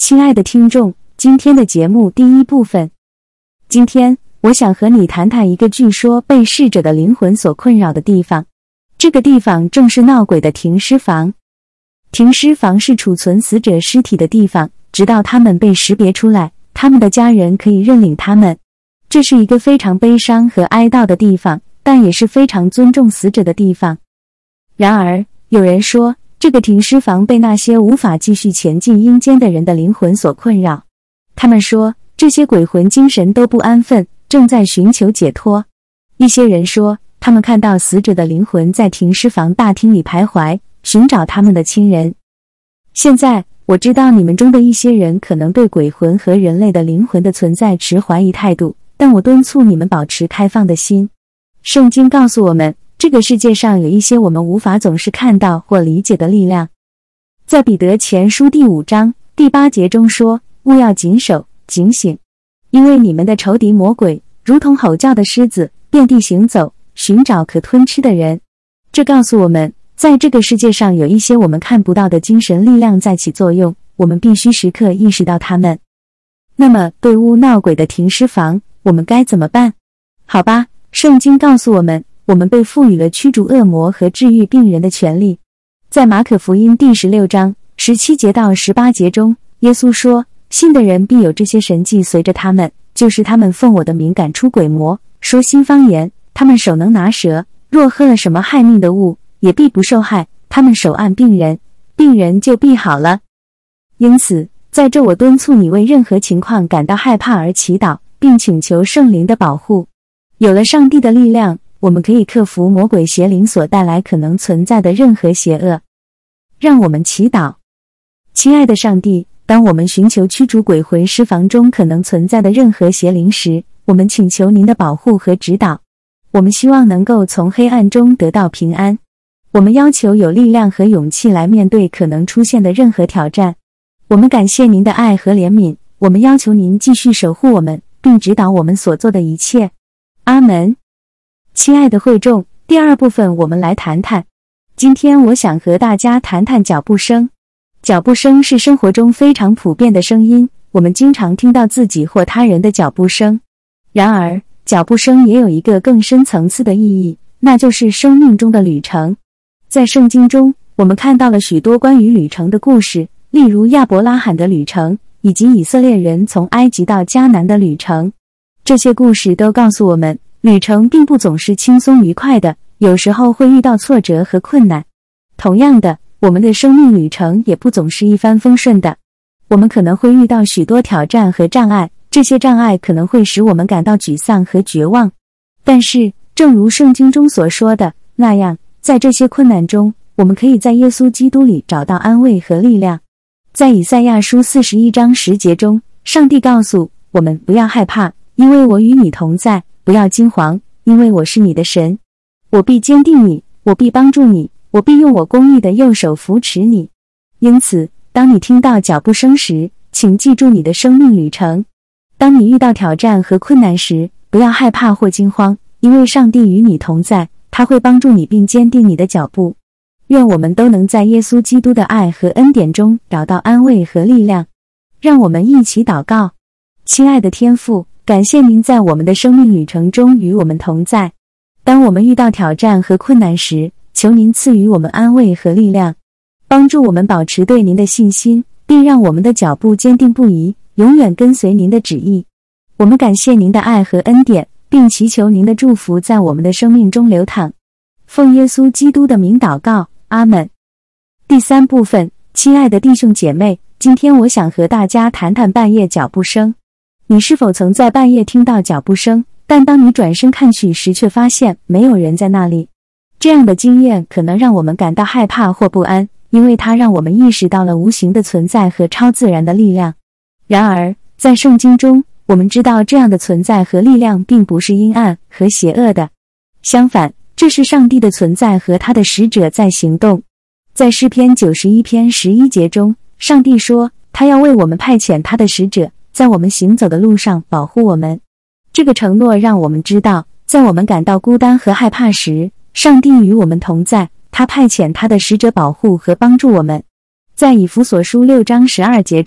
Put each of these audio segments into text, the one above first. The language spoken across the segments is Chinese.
亲爱的听众，今天的节目第一部分。今天我想和你谈谈一个据说被逝者的灵魂所困扰的地方。这个地方正是闹鬼的停尸房。停尸房是储存死者尸体的地方，直到他们被识别出来，他们的家人可以认领他们。这是一个非常悲伤和哀悼的地方，但也是非常尊重死者的地方。然而，有人说，这个停尸房被那些无法继续前进阴间的人的灵魂所困扰。他们说，这些鬼魂精神都不安分，正在寻求解脱。一些人说，他们看到死者的灵魂在停尸房大厅里徘徊，寻找他们的亲人。现在，我知道你们中的一些人可能对鬼魂和人类的灵魂的存在持怀疑态度，但我敦促你们保持开放的心。圣经告诉我们，这个世界上有一些我们无法总是看到或理解的力量。在彼得前书第5章第8节中说，务要谨守警醒，因为你们的仇敌魔鬼如同吼叫的狮子，遍地行走，寻找可吞吃的人。这告诉我们，在这个世界上有一些我们看不到的精神力量在起作用，我们必须时刻意识到它们。那么，对污闹鬼的停尸房，我们该怎么办？好吧，圣经告诉我们，我们被赋予了驱逐恶魔和治愈病人的权利。在马可福音第16章17节到18节中，耶稣说，信的人必有这些神迹随着他们，就是他们奉我的名赶出鬼魔，说新方言，他们手能拿蛇，若喝了什么害命的物，也必不受害，他们手按病人，病人就必好了。因此，在这我敦促你为任何情况感到害怕而祈祷，并请求圣灵的保护。有了上帝的力量，我们可以克服魔鬼邪灵所带来可能存在的任何邪恶。让我们祈祷。亲爱的上帝，当我们寻求驱逐鬼魂尸房中可能存在的任何邪灵时，我们请求您的保护和指导。我们希望能够从黑暗中得到平安。我们要求有力量和勇气来面对可能出现的任何挑战。我们感谢您的爱和怜悯，我们要求您继续守护我们，并指导我们所做的一切。阿们。亲爱的会众，第二部分我们来谈谈。今天我想和大家谈谈脚步声。脚步声是生活中非常普遍的声音，我们经常听到自己或他人的脚步声。然而，脚步声也有一个更深层次的意义，那就是生命中的旅程。在圣经中，我们看到了许多关于旅程的故事，例如亚伯拉罕的旅程，以及以色列人从埃及到迦南的旅程。这些故事都告诉我们，旅程并不总是轻松愉快的，有时候会遇到挫折和困难。同样的，我们的生命旅程也不总是一帆风顺的。我们可能会遇到许多挑战和障碍，这些障碍可能会使我们感到沮丧和绝望。但是，正如圣经中所说的那样，在这些困难中，我们可以在耶稣基督里找到安慰和力量。在以赛亚书41章10节中，上帝告诉我们不要害怕，因为我与你同在，不要惊惶，因为我是你的神。我必坚定你，我必帮助你，我必用我公义的右手扶持你。因此，当你听到脚步声时，请记住你的生命旅程。当你遇到挑战和困难时，不要害怕或惊慌，因为上帝与你同在，他会帮助你并坚定你的脚步。愿我们都能在耶稣基督的爱和恩典中找到安慰和力量。让我们一起祷告。亲爱的天父，感谢您在我们的生命旅程中与我们同在。当我们遇到挑战和困难时，求您赐予我们安慰和力量，帮助我们保持对您的信心，并让我们的脚步坚定不移，永远跟随您的旨意。我们感谢您的爱和恩典，并祈求您的祝福在我们的生命中流淌。奉耶稣基督的名祷告，阿们。第三部分，亲爱的弟兄姐妹，今天我想和大家谈谈半夜脚步声。你是否曾在半夜听到脚步声，但当你转身看去时却发现没有人在那里？这样的经验可能让我们感到害怕或不安，因为它让我们意识到了无形的存在和超自然的力量。然而，在圣经中，我们知道这样的存在和力量并不是阴暗和邪恶的。相反，这是上帝的存在和他的使者在行动。在诗篇91篇11节中，上帝说，他要为我们派遣他的使者，在我们行走的路上保护我们。这个承诺让我们知道，在我们感到孤单和害怕时，上帝与我们同在，他派遣他的使者保护和帮助我们。在以弗所书6章12节中，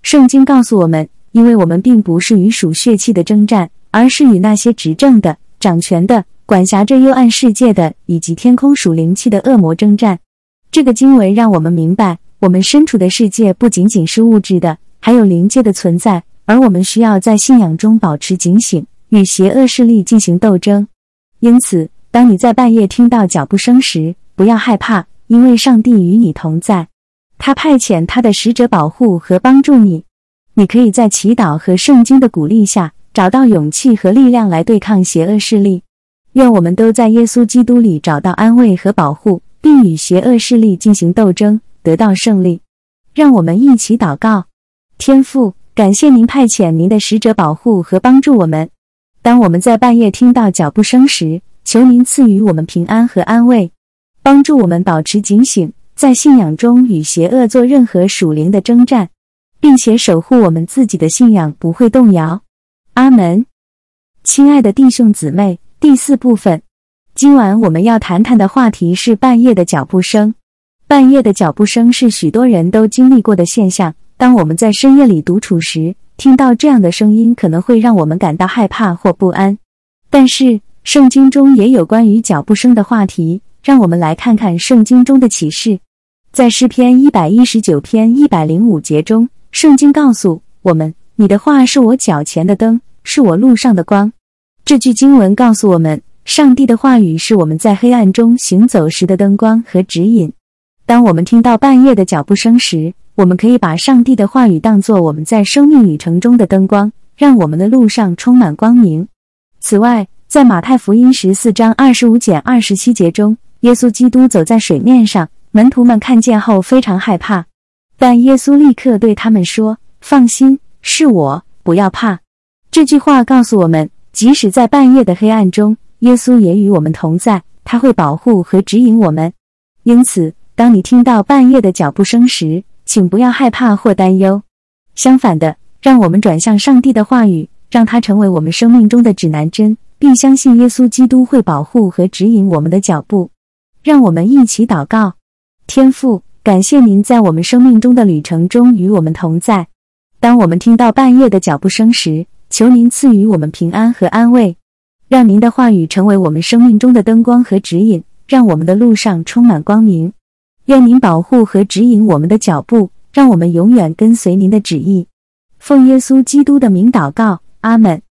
圣经告诉我们，因为我们并不是与属血气的征战，而是与那些执政的、掌权的、管辖这幽暗世界的以及天空属灵气的恶魔征战。这个经文让我们明白，我们身处的世界不仅仅是物质的，还有灵界的存在，而我们需要在信仰中保持警醒，与邪恶势力进行斗争。因此，当你在半夜听到脚步声时，不要害怕，因为上帝与你同在。他派遣他的使者保护和帮助你。你可以在祈祷和圣经的鼓励下，找到勇气和力量来对抗邪恶势力。愿我们都在耶稣基督里找到安慰和保护，并与邪恶势力进行斗争，得到胜利。让我们一起祷告。天父，感谢您派遣您的使者保护和帮助我们。当我们在半夜听到脚步声时，求您赐予我们平安和安慰，帮助我们保持警醒，在信仰中与邪恶做任何属灵的征战，并且守护我们自己的信仰不会动摇。阿们。亲爱的弟兄姊妹，第4部分，今晚我们要谈谈的话题是半夜的脚步声。半夜的脚步声是许多人都经历过的现象。当我们在深夜里独处时，听到这样的声音可能会让我们感到害怕或不安。但是，圣经中也有关于脚步声的话题，让我们来看看圣经中的启示。在诗篇119篇105节中，圣经告诉我们，你的话是我脚前的灯，是我路上的光。这句经文告诉我们，上帝的话语是我们在黑暗中行走时的灯光和指引。当我们听到半夜的脚步声时，我们可以把上帝的话语当作我们在生命旅程中的灯光，让我们的路上充满光明。此外，在马太福音14章25-27节中，耶稣基督走在水面上，门徒们看见后非常害怕。但耶稣立刻对他们说，放心，是我，不要怕。这句话告诉我们，即使在半夜的黑暗中，耶稣也与我们同在，他会保护和指引我们。因此，当你听到半夜的脚步声时，请不要害怕或担忧。相反的，让我们转向上帝的话语，让它成为我们生命中的指南针，并相信耶稣基督会保护和指引我们的脚步。让我们一起祷告。天父，感谢您在我们生命中的旅程中与我们同在。当我们听到半夜的脚步声时，求您赐予我们平安和安慰，让您的话语成为我们生命中的灯光和指引，让我们的路上充满光明。愿您保护和指引我们的脚步，让我们永远跟随您的旨意。奉耶稣基督的名祷告，阿们。